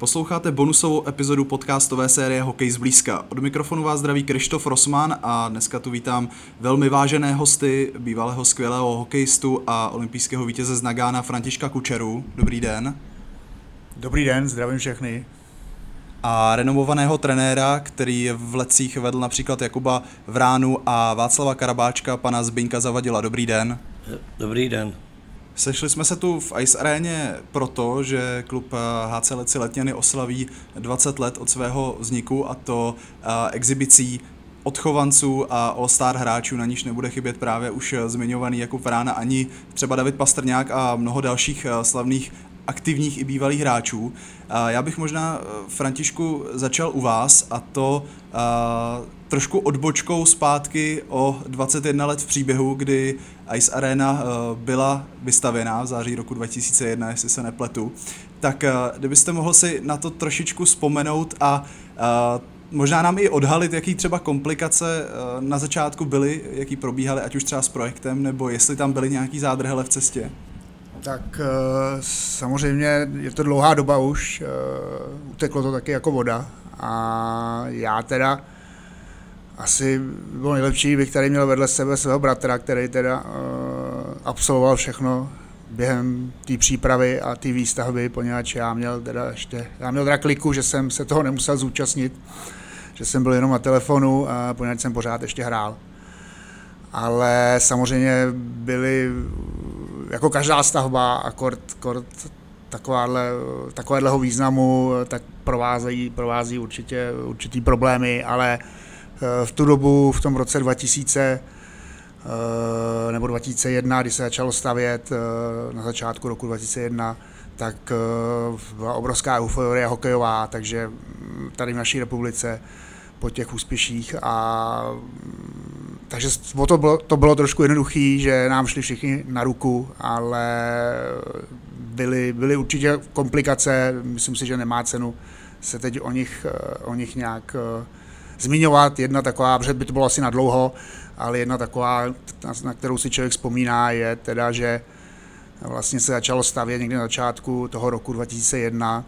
Posloucháte bonusovou epizodu podcastové série Hokej zblízka. Od mikrofonu vás zdraví Krištof Rosman a dneska tu vítám velmi vážené hosty, bývalého skvělého hokejistu a olympijského vítěze z Nagána Františka Kučeru. Dobrý den. Dobrý den, zdravím všechny. A renomovaného trenéra, který v letcích vedl například Jakuba Vránu a Václava Karabáčka, pana Zbyňka Zavadila. Dobrý den. Dobrý den. Sešli jsme se tu v Ice Aréně proto, že klub HC Letci Letňany oslaví 20 let od svého vzniku, a to exibicí odchovanců a all-star hráčů, na níž nebude chybět právě už zmiňovaný Jakub Vrána ani třeba David Pastrňák a mnoho dalších slavných aktivních i bývalých hráčů. Já bych možná, Františku, začal u vás, a to trošku odbočkou zpátky o 21 let v příběhu, kdy Ice Arena byla vystavěná v září roku 2001, jestli se nepletu. Tak kdybyste mohl si na to trošičku vzpomenout a možná nám i odhalit, jaký třeba komplikace na začátku byly, jaký probíhaly, ať už třeba s projektem, nebo jestli tam byly nějaký zádrhele v cestě. Tak samozřejmě je to dlouhá doba už, uteklo to taky jako voda a já teda asi bylo nejlepší, bych tady měl vedle sebe svého bratra, který teda absolvoval všechno během té přípravy a té výstavby, poněvadž já měl teda kliku, že jsem se toho nemusel zúčastnit, že jsem byl jenom na telefonu, poněvadž jsem pořád ještě hrál. Ale samozřejmě byly jako každá stavba a kort takovéhleho významu, tak provází určitý problémy, ale v tu dobu, v tom roce 2000 nebo 2001, kdy se začalo stavět na začátku roku 2001, tak byla obrovská euforie hokejová, takže tady v naší republice po těch úspěších takže to bylo trošku jednoduchý, že nám šli všichni na ruku, ale byly určitě komplikace, myslím si, že nemá cenu se teď o nich nějak zmiňovat. Jedna taková, protože by to bylo asi na dlouho, ale jedna taková, na kterou si člověk vzpomíná, je teda, že vlastně se začalo stavět někdy na začátku toho roku 2001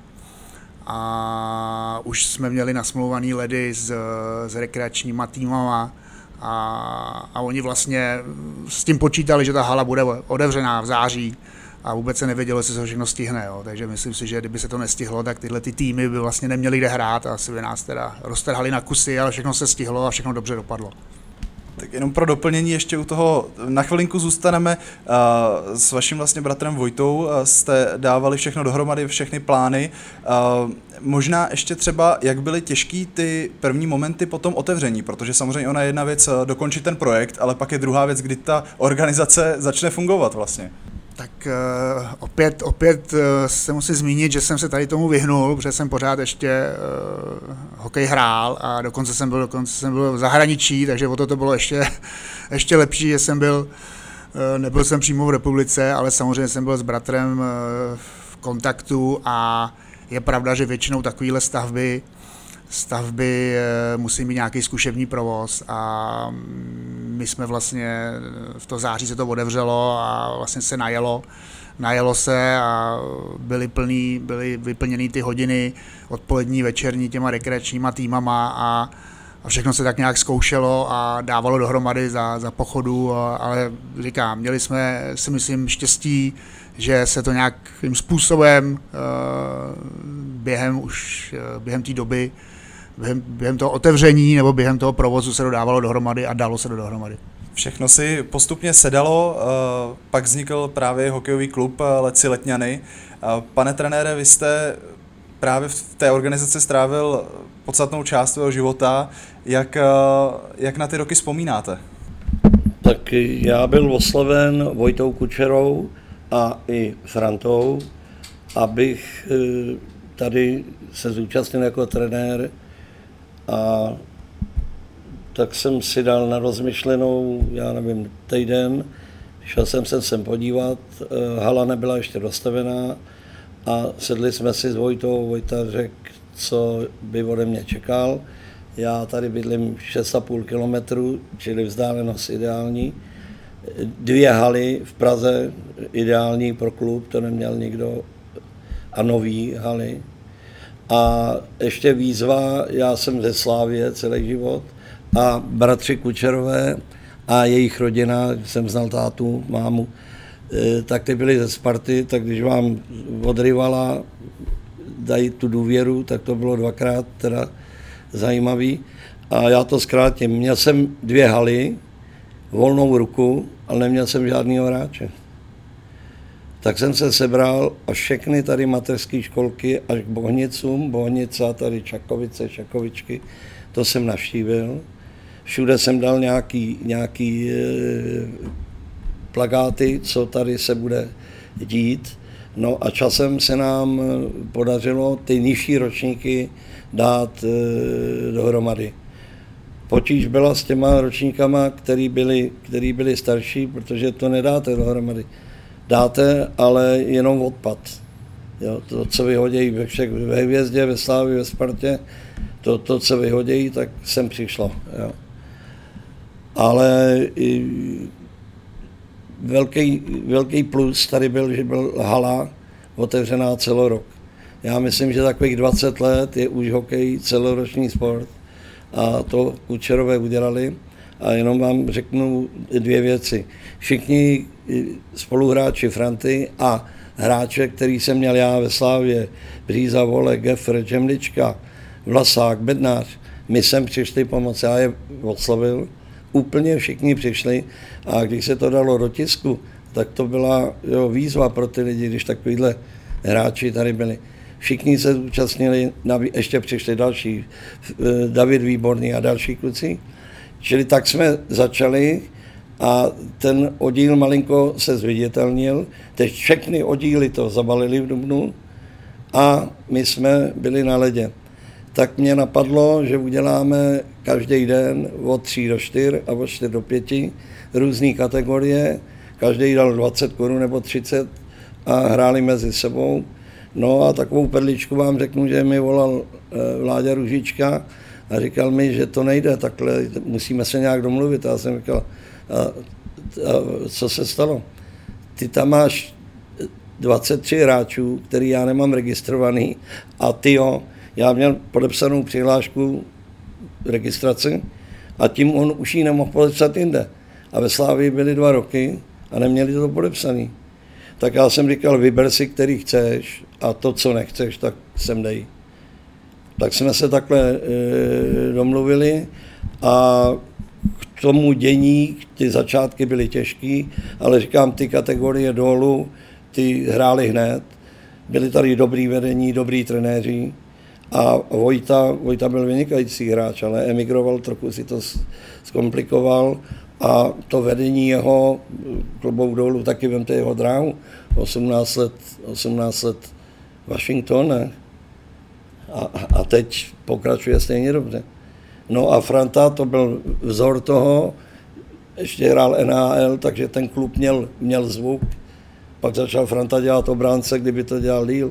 a už jsme měli nasmlouvaný ledy s rekreačníma týmama, a oni vlastně s tím počítali, že ta hala bude otevřená v září a vůbec se nevědělo, jestli se všechno stihne. Jo. Takže myslím si, že kdyby se to nestihlo, tak tyhle ty týmy by vlastně neměly kde hrát a asi by nás teda roztrhali na kusy, ale všechno se stihlo a všechno dobře dopadlo. Tak jenom pro doplnění ještě u toho na chvilinku zůstaneme. S vaším vlastně bratrem Vojtou jste dávali všechno dohromady, všechny plány. Možná ještě třeba, jak byly těžký ty první momenty po tom otevření, protože samozřejmě ona je jedna věc dokončit ten projekt, ale pak je druhá věc, kdy ta organizace začne fungovat vlastně. Tak opět se musím zmínit, že jsem se tady tomu vyhnul, protože jsem pořád ještě hokej hrál a dokonce jsem byl v zahraničí, takže o to bylo ještě lepší, že nebyl jsem přímo v republice, ale samozřejmě jsem byl s bratrem v kontaktu a je pravda, že většinou takovéhle stavby musí mít nějaký zkušební provoz a my jsme vlastně v to září se to otevřelo a vlastně se najelo se a byly vyplněny ty hodiny odpolední, večerní těma rekreačníma týmama a všechno se tak nějak zkoušelo a dávalo dohromady za pochodu, ale říkám, měli jsme, si myslím, štěstí, že se to nějakým způsobem během té doby, během toho otevření nebo během toho provozu se dodávalo dohromady a dalo se to dohromady. Všechno si postupně sedalo, pak vznikl právě hokejový klub Letci Letňany. Pane trenére, vy jste právě v té organizaci strávil podstatnou část svého života. Jak na ty roky vzpomínáte? Tak já byl osloven Vojtou Kučerou a i Frantou, abych tady se zúčastnil jako trenér, a tak jsem si dal na rozmyšlenou, já nevím, týden, šel jsem se sem podívat, hala nebyla ještě dostavená a sedli jsme si s Vojtou, Vojta řekl, co by ode mě čekal. Já tady bydlím 6,5 kilometru, čili vzdálenost ideální. 2 haly v Praze, ideální pro klub, to neměl nikdo, a nový haly. A ještě výzva, já jsem ze Slávie celý život a bratři Kučerové a jejich rodina, jsem znal tátu, mámu, tak ty byli ze Sparty, tak když vám od rivala dají tu důvěru, tak to bylo dvakrát teda zajímavý. A já to zkrátím. Měl jsem 2 haly, volnou ruku, ale neměl jsem žádnýho hráče. Tak jsem se sebral a všechny tady mateřské školky až k Bohnicům, Bohnica, tady Čakovice, Čakovičky, to jsem navštívil. Všude jsem dal nějaký plakáty, co tady se bude dít. No a časem se nám podařilo ty nižší ročníky dát dohromady. Potíž byla s těma ročníkama, který byli starší, protože to nedáte dohromady. Dáte, ale jenom odpad. Jo, to, co vyhodějí ve Hvězdě, ve Slávii, ve Spartě, to, co vyhodějí, tak sem přišlo. Jo. Ale velký plus tady byl, že byl hala otevřená celý rok. Já myslím, že takových 20 let je už hokej celoroční sport a to Kučerové udělali. A jenom vám řeknu 2 věci. Všichni spoluhráči Franty a hráče, který jsem měl já ve Slávě, Bříza, Vole, Geffer, Čemlička, Vlasák, Bednář, my sem přišli pomoci, já je oslovil, úplně všichni přišli a když se to dalo do tisku, tak to byla výzva pro ty lidi, když takovýhle hráči tady byli. Všichni se zúčastnili, ještě přišli další, David Výborný a další kluci. Čili tak jsme začali a ten oddíl malinko se zviditelnil. Teď všechny oddíly to zabalili v dubnu a my jsme byli na ledě. Tak mě napadlo, že uděláme každý den od 3 do 4 a od 4 do 5 různé kategorie. Každý dal 20 korun nebo 30 a hráli mezi sebou. No a takovou perličku vám řeknu, že mi volal Vláďa Růžička a říkal mi, že to nejde takhle, musíme se nějak domluvit. A já jsem říkal, a co se stalo? Ty tam máš 23 hráčů, který já nemám registrovaný a ty jo, já měl podepsanou přihlášku registraci a tím on už ji nemohl podepsat jinde. A ve Slávii byly 2 roky a neměli to podepsaný. Tak já jsem říkal, vyber si, který chceš a to, co nechceš, tak sem dej. Tak jsme se takhle domluvili a k tomu dění, ty začátky byly těžký, ale říkám, ty kategorie dolů, ty hráli hned. Byli tady dobrý vedení, dobrý trenéři a Vojta byl vynikající hráč, ale emigroval, trochu si to zkomplikoval a to vedení jeho klobouk dolů, taky vemte jeho dráhu, 18 let Washington, ne? A teď pokračuje stejně dobře. No a Franta, to byl vzor toho, ještě hrál NHL, takže ten klub měl zvuk. Pak začal Franta dělat obránce, kdyby to dělal díl,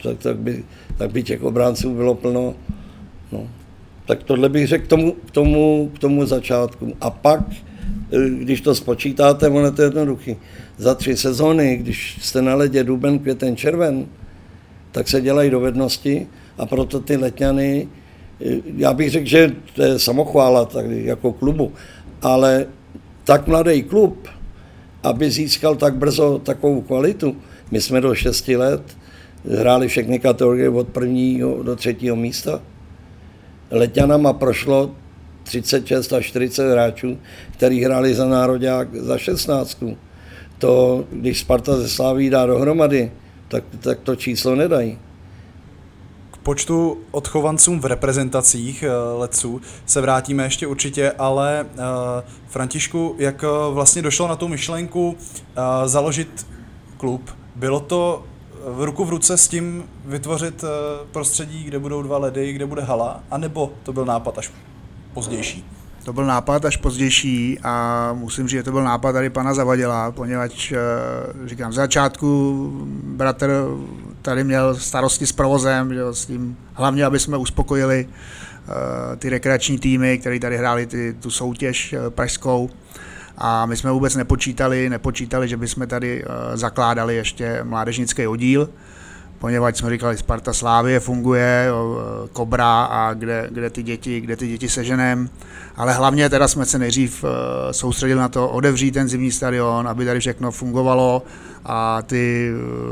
tak by těch obránců bylo plno. No. Tak tohle bych řekl k tomu začátku. A pak, když to spočítáte, ono to je jednoduchý. Za 3 sezóny, když jste na ledě duben, květen, červen, tak se dělají dovednosti a proto ty Letňany, já bych řekl, že to je samochvála tady jako klubu, ale tak mladý klub, aby získal tak brzo takovou kvalitu, my jsme do 6 let hráli všechny kategorie od 1. do 3. místa. Letňanama prošlo 36 až 40 hráčů, kteří hráli za nároďák za 16. To, když Sparta ze Slaví dá dohromady, tak to číslo nedají. K počtu odchovancům v reprezentacích letců se vrátíme ještě určitě, ale Františku, jak vlastně došlo na tu myšlenku založit klub? Bylo to v ruku v ruce s tím vytvořit prostředí, kde budou 2 ledy, kde bude hala, anebo to byl nápad až pozdější? To byl nápad až pozdější a musím říct, že to byl nápad tady pana Zavadila, poněvadž, říkám, v začátku bratr tady měl starosti s provozem, že, s tím, hlavně, aby jsme uspokojili ty rekreační týmy, které tady hráli tu soutěž pražskou. A my jsme vůbec nepočítali, že bychom tady zakládali ještě mládežnický oddíl, poněvadž jsme říkali, Sparta Slávie funguje, Kobra a kde ty děti seženem, ale hlavně teda jsme se nejdřív soustředili na to otevřít ten zimní stadion, aby tady všechno fungovalo a ty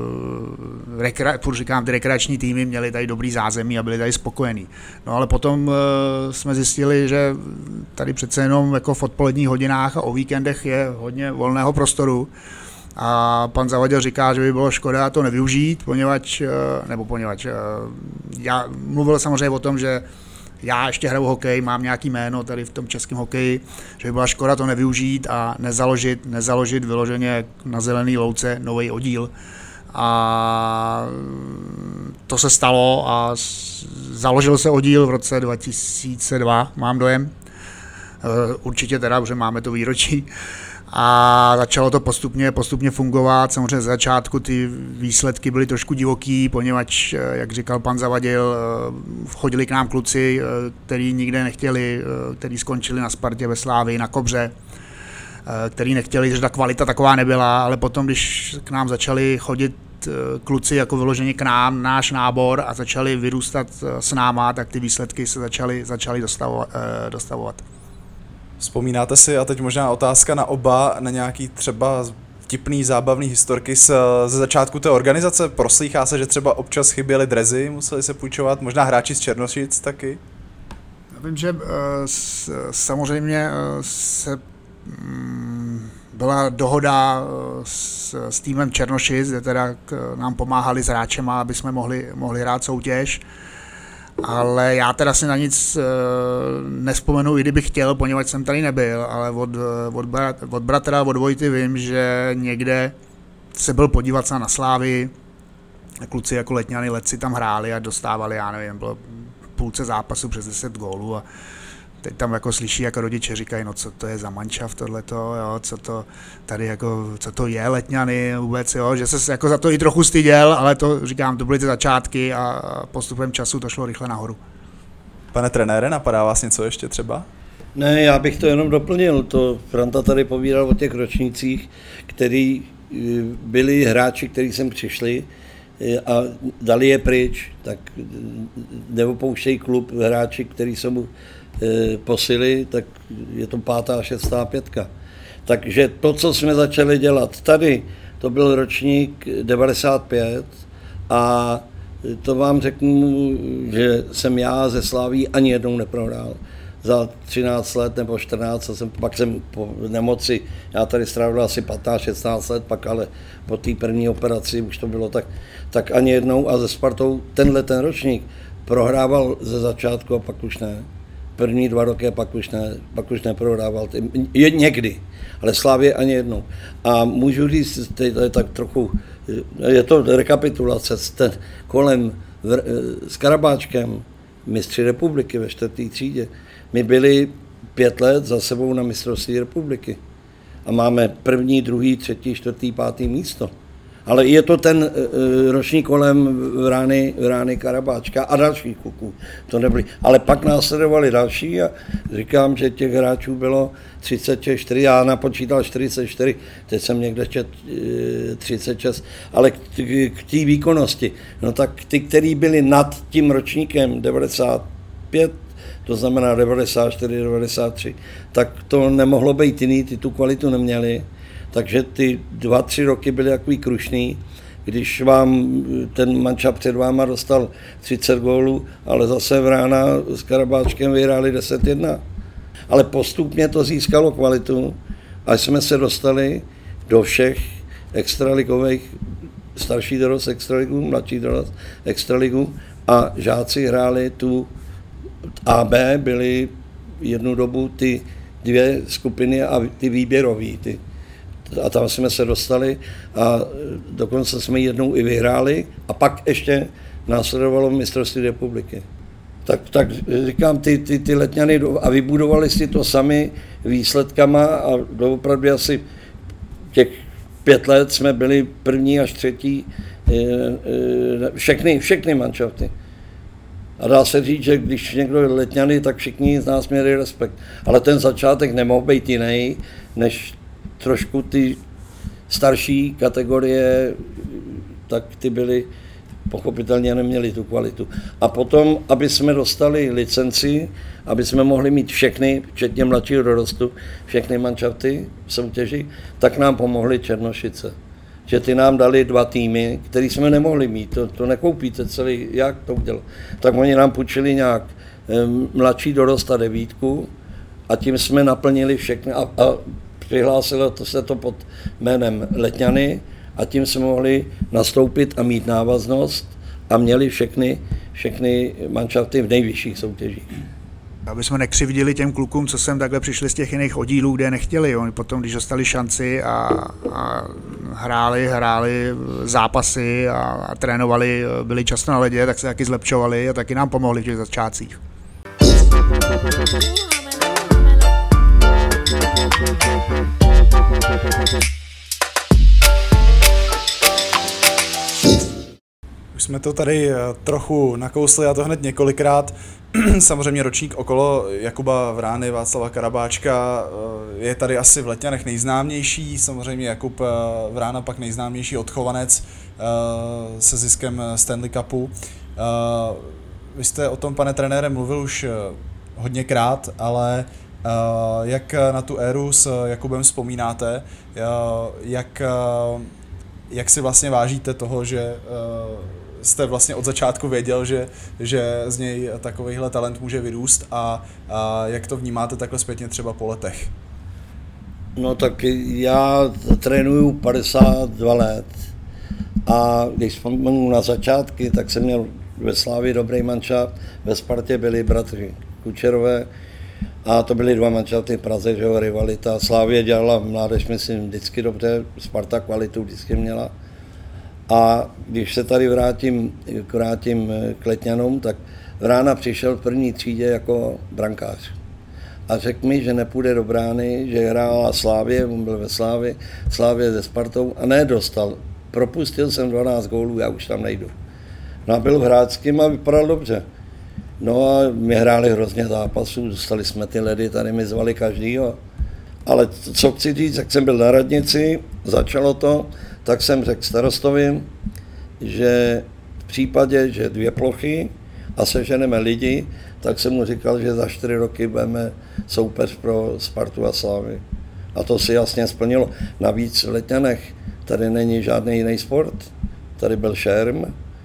rekreační týmy měly tady dobrý zázemí a byli tady spokojení. No ale potom jsme zjistili, že tady přece jenom jako v odpoledních hodinách a o víkendech je hodně volného prostoru. A pan Zavadil říká, že by bylo škoda to nevyužít, poněvadž já mluvil samozřejmě o tom, že já ještě hraju hokej, mám nějaký jméno tady v tom českém hokeji, že by byla škoda to nevyužít a nezaložit vyloženě na zelený louce nový oddíl. A to se stalo a založil se oddíl v roce 2002, mám dojem. Určitě teda, protože máme to výročí. A začalo to postupně fungovat. Samozřejmě z začátku ty výsledky byly trošku divoký, poněvadž, jak říkal pan Zavadil, chodili k nám kluci, kteří nikde nechtěli, kteří skončili na Spartě, ve Slávii, na Kobře, kteří nechtěli, že ta kvalita taková nebyla, ale potom, když k nám začali chodit kluci jako vyloženě k nám, náš nábor a začali vyrůstat s náma, tak ty výsledky se začaly dostavovat. Vzpomínáte si, a teď možná otázka na oba, na nějaký třeba vtipný, zábavný historky ze začátku té organizace? Proslýchá se, že třeba občas chyběly dresy, museli se půjčovat, možná hráči z Černošic taky? Já vím, že samozřejmě se byla dohoda s týmem Černošic, kde teda nám pomáhali s hráčema, aby jsme mohli hrát soutěž. Ale já teda si na nic nespomenu, i kdybych chtěl, poněvadž jsem tady nebyl, ale od bratra, od Vojty vím, že někde se byl podívat se na Slávii, kluci jako Letňany, Letci tam hráli a dostávali, já nevím, bylo půlce zápasu přes 10 gólů a teď tam jako slyší, jako rodiče říkají, no co to je za manšaft tohleto, jo, co to je Letňany vůbec, jo, že se jako za to i trochu styděl, ale to říkám, to byly ty začátky a postupem času to šlo rychle nahoru. Pane trenére, napadá vás něco ještě třeba? Ne, já bych to jenom doplnil, to Franta tady povídal o těch ročnících, který byli hráči, kteří sem přišli a dali je pryč, tak neopouštějí klub hráči, který se mu posily, tak je to 5. a 6. 5. Takže to, co jsme začali dělat tady, to byl ročník 95 a to vám řeknu, že jsem já ze Slaví ani jednou neprohrál. Za 13 let nebo 14, pak jsem po nemoci, já tady strávil asi 15-16 let, pak ale po té první operaci už to bylo tak ani jednou a ze Spartou ten ročník prohrával ze začátku a pak už ne. První 2 roky a pak už neprohrával. Někdy, ale Slávě ani jednou. A můžu říct, to je tak trochu, je to rekapitulace, ten kolem s Karabáčkem, mistři republiky ve 4. třídě. My byli 5 let za sebou na mistrovství republiky. A máme 1., 2., 3., 4., 5. místo. Ale je to ten roční kolem Vrány Karabáčka a dalších kluků. To nebyly. Ale pak následovali další a říkám, že těch hráčů bylo 34, já napočítal 44, teď jsem někde čet 36, ale k té výkonnosti, no tak ty, který byli nad tím ročníkem 95, to znamená 94, 93, tak to nemohlo být jiný, ty tu kvalitu neměli. Takže ty 2-3 roky byly takový krušný, když vám ten mančap před váma dostal 30 gólů, ale zase Vrána s Karabáčkem vyhráli 10-1. Ale postupně to získalo kvalitu a jsme se dostali do všech extraligových, starší dorost extraligu, mladší dorost extraligu a žáci hráli tu AB, byly jednu dobu ty 2 skupiny a ty výběrový. A tam jsme se dostali a dokonce jsme jednou i vyhráli a pak ještě následovalo mistrovství republiky. Tak říkám, ty Letňany a vybudovali si to sami výsledkama a doopravdy asi těch 5 let jsme byli 1. až 3. všechny manšafty. A dá se říct, že když někdo Letňany, tak všichni z nás měli respekt. Ale ten začátek nemohl být jiný, než trošku ty starší kategorie, tak ty byly pochopitelně neměli tu kvalitu. A potom, aby jsme dostali licenci, aby jsme mohli mít všechny, včetně mladšího dorostu, všechny manšafty v soutěži, tak nám pomohly Černošice. Že ty nám dali 2 týmy, který jsme nemohli mít, to nekoupíte celý, jak to udělat. Tak oni nám půjčili nějak mladší dorost a 9 a tím jsme naplnili všechny a přihlásilo se to pod jménem Letňany a tím jsme mohli nastoupit a mít návaznost a měli všechny manšafty v nejvyšších soutěžích. Aby jsme nekřivdili těm klukům, co sem takhle přišli z těch jiných oddílů, kde nechtěli. Oni potom, když dostali šanci a hráli zápasy a trénovali, byli často na ledě, tak se taky zlepšovali a taky nám pomohli v těch začátcích. Už jsme to tady trochu nakousli, a to hned několikrát. Samozřejmě ročník okolo Jakuba Vrány, Václava Karabáčka je tady asi v Letňanech nejznámější. Samozřejmě Jakub Vrána pak nejznámější odchovanec se ziskem Stanley Cupu. Vy jste o tom, pane trenére, mluvil už hodněkrát, ale jak na tu éru s Jakubem vzpomínáte, jak si vlastně vážíte toho, že jste vlastně od začátku věděl, že z něj takovýhle talent může vyrůst a jak to vnímáte takhle zpětně třeba po letech? No tak já trénuju 52 let a když vzpomenu na začátky, tak jsem měl ve Slávii dobrý manšaft, ve Spartě byli bratři Kučerové a to byly 2 manšafty v Praze, že jo, rivalita. Slávie dělala mládež, myslím, vždycky dobře, Sparta kvalitu vždycky měla. A když se tady vrátím k Letňanům, tak Vrána přišel v první třídě jako brankář. A řekl mi, že nepůjde do brány, že hrála Slávě, on byl ve Slávě se Spartou a nedostal. Propustil jsem 12 gólů, já už tam nejdu. No a byl v Hráckým a vypadal dobře. No a my hráli hrozně zápasů, dostali jsme ty ledy, tady mi zvali každýho. Ale co chci říct, jak jsem byl na radnici, začalo to, tak jsem řekl starostovi, že v případě, že 2 plochy a seženeme lidi, tak jsem mu říkal, že za 4 roky budeme soupeř pro Spartu a Slávy. A to si jasně splnilo. Navíc v Letňanech tady není žádný jiný sport. Tady byl šerm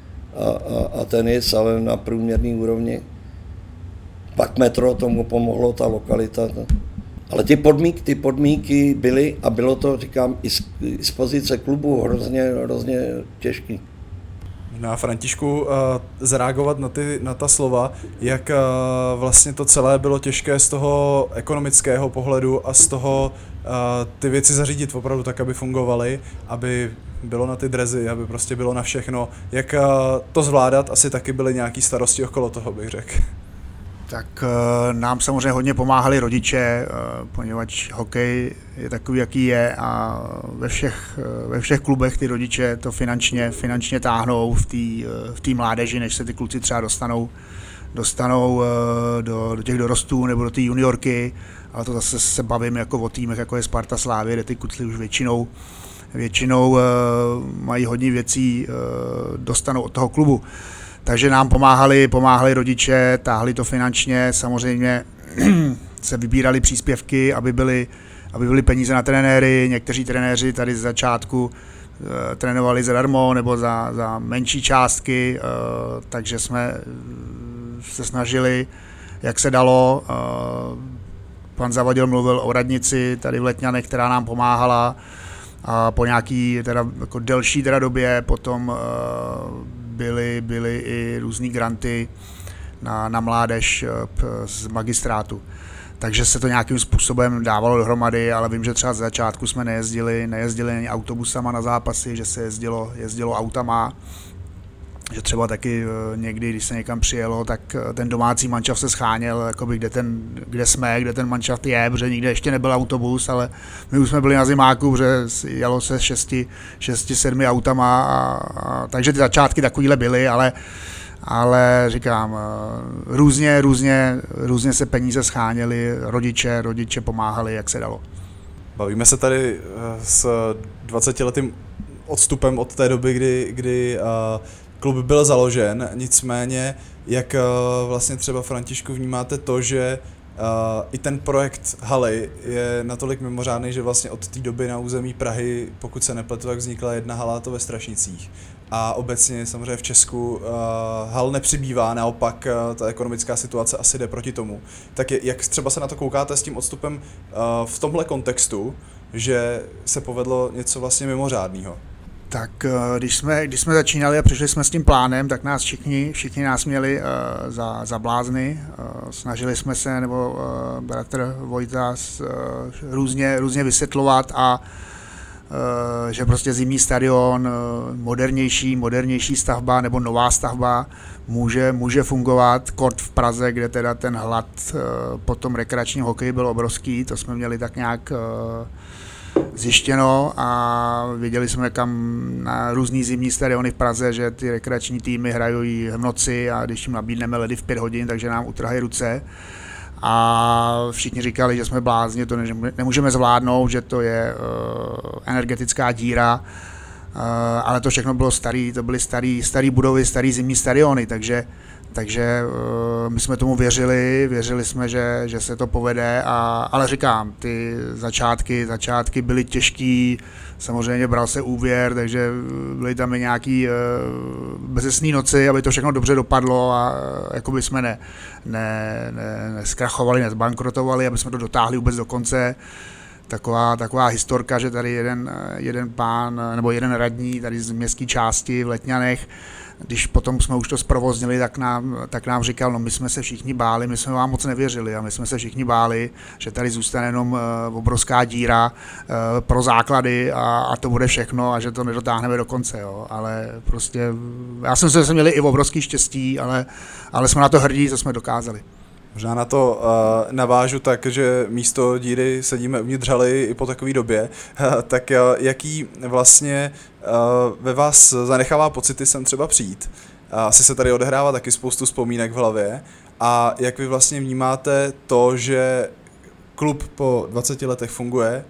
a tenis, ale na průměrné úrovni. Pak metro tomu pomohlo, ta lokalita. Ale ty podmínky byly a bylo to, říkám, i z pozice klubu hrozně těžký. Na Františku zareagovat na ta slova, jak vlastně to celé bylo těžké z toho ekonomického pohledu a z toho ty věci zařídit opravdu tak, aby fungovaly, aby bylo na ty drezy, aby prostě bylo na všechno. Jak to zvládat, asi taky byly nějaký starosti okolo toho, bych řekl. Tak nám samozřejmě hodně pomáhali rodiče, poněvadž hokej je takový, jaký je a ve všech klubech ty rodiče to finančně táhnou v té mládeži, než se ty kluci třeba dostanou do těch dorostů nebo do té juniorky, ale to zase se bavím jako o týmech, jako je Sparta, Slávie, kde ty kluci už většinou mají hodně věcí, dostanou od toho klubu. Takže nám pomáhali rodiče, táhli to finančně, samozřejmě se vybírali příspěvky, aby byly peníze na trenéry. Někteří trenéři tady z začátku trénovali zadarmo nebo za menší částky, takže jsme se snažili, jak se dalo. Pan Zavadil mluvil o radnici tady v Letňanech, která nám pomáhala. A po nějaký jako delší době potom byly i různý granty na mládež z magistrátu. Takže se to nějakým způsobem dávalo dohromady, ale vím, že třeba z začátku jsme nejezdili ani autobusama na zápasy, že se jezdilo autama, že třeba taky někdy, když se někam přijelo, tak ten domácí manšaft se scháněl, jakoby kde ten manšaft je, protože nikde ještě nebyl autobus, ale my už jsme byli na zimáku, protože jelo se 6-7 autama, takže ty začátky takovýhle byly, ale říkám, různě se peníze scháněly, rodiče pomáhali, jak se dalo. Bavíme se tady s 20letým odstupem od té doby, kdy klub byl založen, nicméně jak vlastně třeba Františku vnímáte to, že i ten projekt haly je natolik mimořádný, že vlastně od té doby na území Prahy, pokud se nepletu, tak vznikla jedna hala, to ve Strašnicích. A obecně samozřejmě v Česku hal nepřibývá, naopak ta ekonomická situace asi jde proti tomu. Tak jak třeba se na to koukáte s tím odstupem v tomhle kontextu, že se povedlo něco vlastně mimořádného? Tak když jsme začínali a přišli jsme s tím plánem, tak nás všichni nás měli za blázny. Snažili jsme se, nebo bratr Vojta, různě vysvětlovat a že prostě zimní stadion, modernější stavba nebo nová stavba může fungovat. Kort v Praze, kde teda ten hlad po tom rekreačním hokeji byl obrovský, to jsme měli tak nějak zjištěno a věděli jsme, kam na různý zimní stadiony v Praze, že ty rekreační týmy hrají v noci a když jim nabídneme ledy v 5 hodin, takže nám utrhají ruce. A všichni říkali, že jsme blázni, to nemůžeme zvládnout, že to je energetická díra, ale to všechno bylo starý, to byly starý budovy, starý zimní stadiony, takže my jsme tomu věřili jsme, že se to povede, ale říkám, ty začátky byly těžký, samozřejmě bral se úvěr, takže byly tam i nějaký bezesný noci, aby to všechno dobře dopadlo a jako by jsme neskrachovali, nezbankrotovali, aby jsme to dotáhli vůbec do konce. Taková historka, že tady jeden pán nebo jeden radní tady z městské části v Letňanech, když potom jsme už to zprovoznili, tak nám říkal, no my jsme se všichni báli, my jsme vám moc nevěřili a my jsme se všichni báli, že tady zůstane jenom obrovská díra pro základy a to bude všechno a že to nedotáhneme do konce, jo. Ale prostě, já jsem se měli i obrovský štěstí, ale jsme na to hrdí, co jsme dokázali. Možná na to navážu tak, že místo díry sedíme uvnitř haly i po takové době, tak jaký vlastně ve vás zanechává pocity sem třeba přijít? Asi se tady odehrává taky spoustu vzpomínek v hlavě a jak vy vlastně vnímáte to, že klub po 20 letech funguje,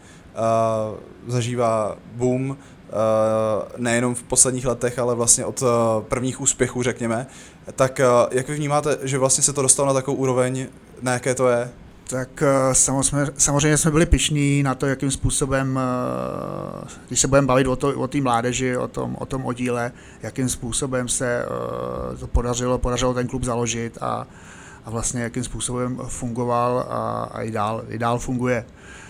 zažívá boom, nejenom v posledních letech, ale vlastně od prvních úspěchů, řekněme. Tak jak vy vnímáte, že vlastně se to dostalo na takovou úroveň, na jaké to je? Tak samozřejmě jsme byli pyšní na to, jakým způsobem, když se budeme bavit o té mládeži, o tom oddíle, jakým způsobem se to podařilo ten klub založit a vlastně jakým způsobem fungoval a i dál funguje.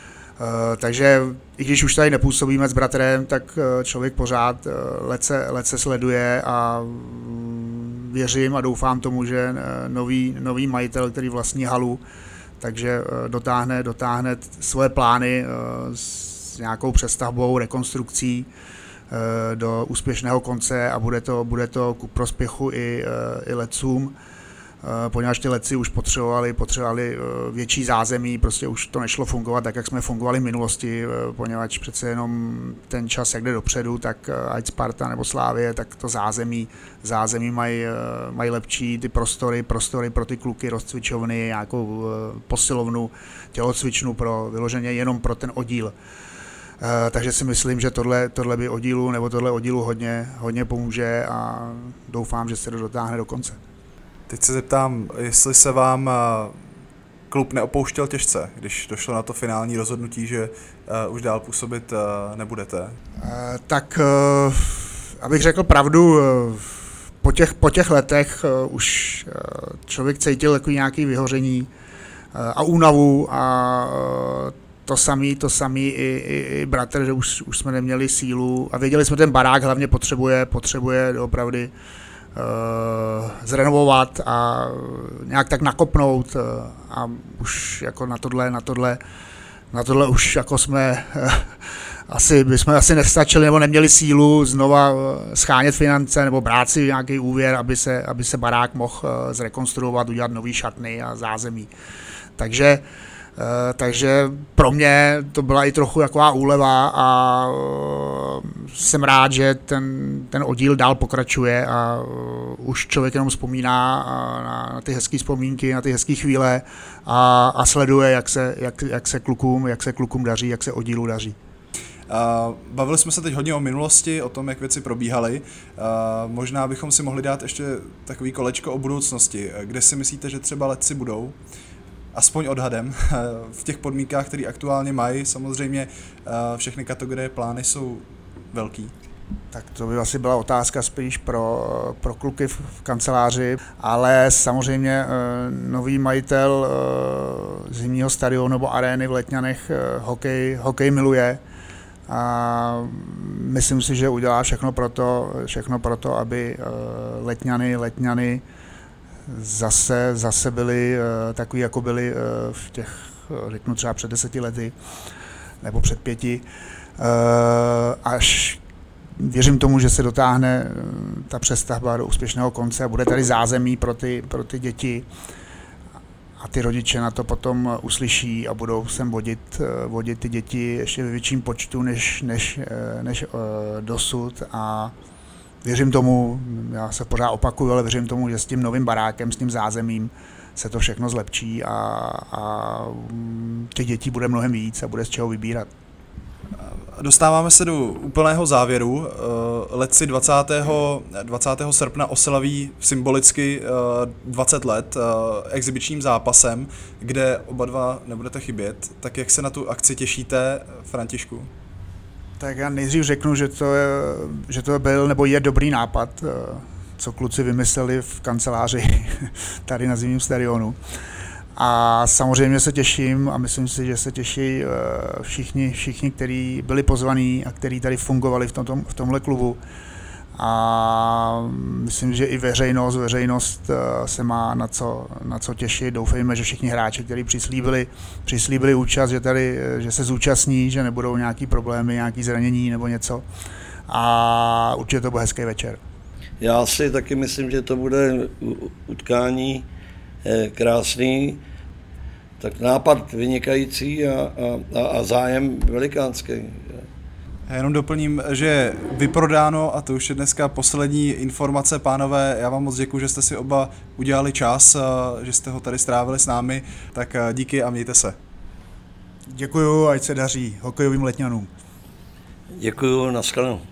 Takže i když už tady nepůsobíme s bratrem, tak člověk pořád lehce sleduje a věřím a doufám tomu, že nový majitel, který vlastní halu, takže dotáhne svoje plány s nějakou přestavbou, rekonstrukcí do úspěšného konce a bude to ku prospěchu i letcům, poněvadž ty letci už potřebovali větší zázemí, prostě už to nešlo fungovat tak, jak jsme fungovali v minulosti, poněvadž přece jenom ten čas, jak jde dopředu, tak ať Sparta nebo Slavie, tak to zázemí mají lepší, ty prostory pro ty kluky, rozcvičovny, nějakou posilovnu, tělocvičnu vyloženě jenom pro ten oddíl. Takže si myslím, že tohle by tohle oddílu hodně pomůže a doufám, že se to dotáhne do konce. Teď se zeptám, jestli se vám klub neopouštěl těžce, když došlo na to finální rozhodnutí, že už dál působit nebudete? Tak, abych řekl pravdu, po těch letech už člověk cítil takový nějaký vyhoření a únavu a to samý i bratr, že už jsme neměli sílu a věděli jsme, ten barák hlavně potřebuje opravdu zrenovovat a nějak tak nakopnout a už jako na tohle už jako jsme bychom asi nestačili nebo neměli sílu znova schánět finance nebo brát si nějaký úvěr, aby se barák mohl zrekonstruovat, udělat nový šatny a zázemí. Takže pro mě to byla i trochu taková úleva a jsem rád, že ten oddíl dál pokračuje a už člověk jenom vzpomíná na ty hezké vzpomínky, na ty hezké chvíle a sleduje, jak se klukům daří, jak se oddílu daří. Bavili jsme se teď hodně o minulosti, o tom, jak věci probíhaly. Možná bychom si mohli dát ještě takový kolečko o budoucnosti. Kde si myslíte, že třeba letci budou? Aspoň odhadem, v těch podmínkách, které aktuálně mají. Samozřejmě všechny kategorie plány jsou velký. Tak to by asi byla otázka spíš pro kluky v kanceláři, ale samozřejmě nový majitel zimního stadionu nebo arény v Letňanech hokej miluje a myslím si, že udělá všechno pro to, aby Letňany zase byli takový, jako byli v těch, řeknu třeba před 10 lety nebo před 5, až věřím tomu, že se dotáhne ta přestavba do úspěšného konce a bude tady zázemí pro ty děti a ty rodiče na to potom uslyší a budou sem vodit ty děti ještě ve větším počtu než dosud a věřím tomu, já se pořád opakuju, ale věřím tomu, že s tím novým barákem, s tím zázemím se to všechno zlepší a těch dětí bude mnohem víc a bude z čeho vybírat. Dostáváme se do úplného závěru. Letci 20. srpna oslaví symbolicky 20 let exibičním zápasem, kde oba dva nebudete chybět. Tak jak se na tu akci těšíte, Františku? Tak já nejdřív řeknu, že to byl nebo je dobrý nápad, co kluci vymysleli v kanceláři tady na zimním stadionu. A samozřejmě se těším a myslím si, že se těší všichni, kteří byli pozvaní a kteří tady fungovali v tomhle klubu. A myslím, že i veřejnost se má na co těšit. Doufejme, že všichni hráči, kteří přislíbili účast, že se zúčastní, že nebudou nějaký problémy, nějaký zranění nebo něco. A určitě to bude hezký večer. Já si taky myslím, že to bude utkání krásný, tak nápad vynikající a zájem velikánský. Já jenom doplním, že je vyprodáno a to už je dneska poslední informace, pánové. Já vám moc děkuji, že jste si oba udělali čas, že jste ho tady strávili s námi, tak díky a mějte se. Děkuju, ať se daří hokejovým Letňanům. Děkuju, nashledanou.